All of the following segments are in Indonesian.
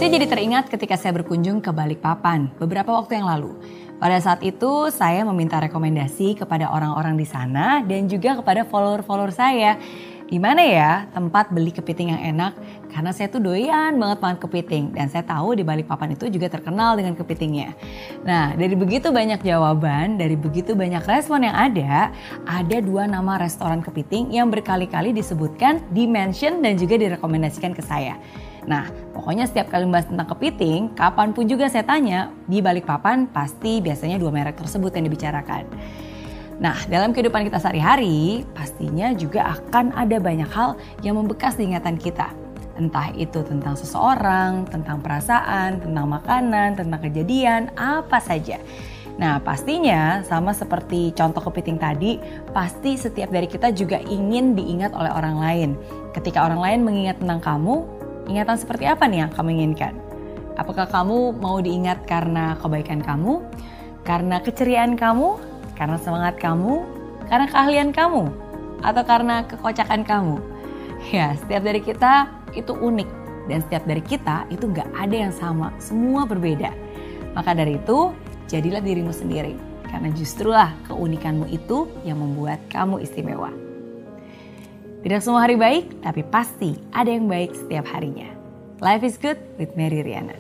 Saya jadi teringat ketika saya berkunjung ke Balikpapan beberapa waktu yang lalu. Pada saat itu saya meminta rekomendasi kepada orang-orang di sana dan juga kepada follower-follower saya. Di mana ya tempat beli kepiting yang enak? Karena saya tuh doyan banget makan kepiting dan saya tahu di Balikpapan itu juga terkenal dengan kepitingnya. Nah, dari begitu banyak jawaban, dari begitu banyak respon yang ada 2 nama restoran kepiting yang berkali-kali disebutkan, di-mention dan juga direkomendasikan ke saya. Nah, pokoknya setiap kali membahas tentang kepiting, kapanpun juga saya tanya, di Balikpapan pasti biasanya 2 merek tersebut yang dibicarakan. Nah, dalam kehidupan kita sehari-hari, pastinya juga akan ada banyak hal yang membekas di ingatan kita. Entah itu tentang seseorang, tentang perasaan, tentang makanan, tentang kejadian, apa saja. Nah, pastinya sama seperti contoh kepiting tadi, pasti setiap dari kita juga ingin diingat oleh orang lain. Ketika orang lain mengingat tentang kamu, ingatan seperti apa nih yang kamu inginkan? Apakah kamu mau diingat karena kebaikan kamu, karena keceriaan kamu, karena semangat kamu, karena keahlian kamu, atau karena kekocakan kamu? Ya, setiap dari kita itu unik dan setiap dari kita itu gak ada yang sama, semua berbeda. Maka dari itu, jadilah dirimu sendiri karena justrulah keunikanmu itu yang membuat kamu istimewa. Tidak semua hari baik, tapi pasti ada yang baik setiap harinya. Life is good with Mary Riana.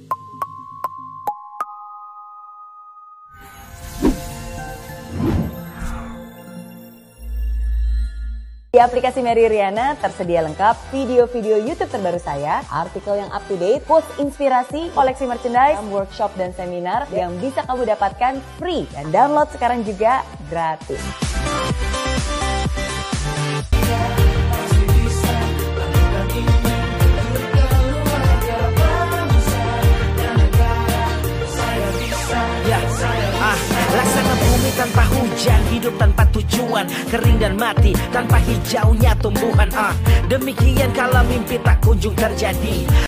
Di aplikasi Mary Riana tersedia lengkap video-video YouTube terbaru saya, artikel yang up to date, quotes inspirasi, koleksi merchandise, workshop dan seminar yang bisa kamu dapatkan free dan download sekarang juga gratis. Laksana bumi tanpa hujan, hidup tanpa tujuan, kering dan mati tanpa hijaunya tumbuhan. Demikian kala mimpi tak kunjung terjadi.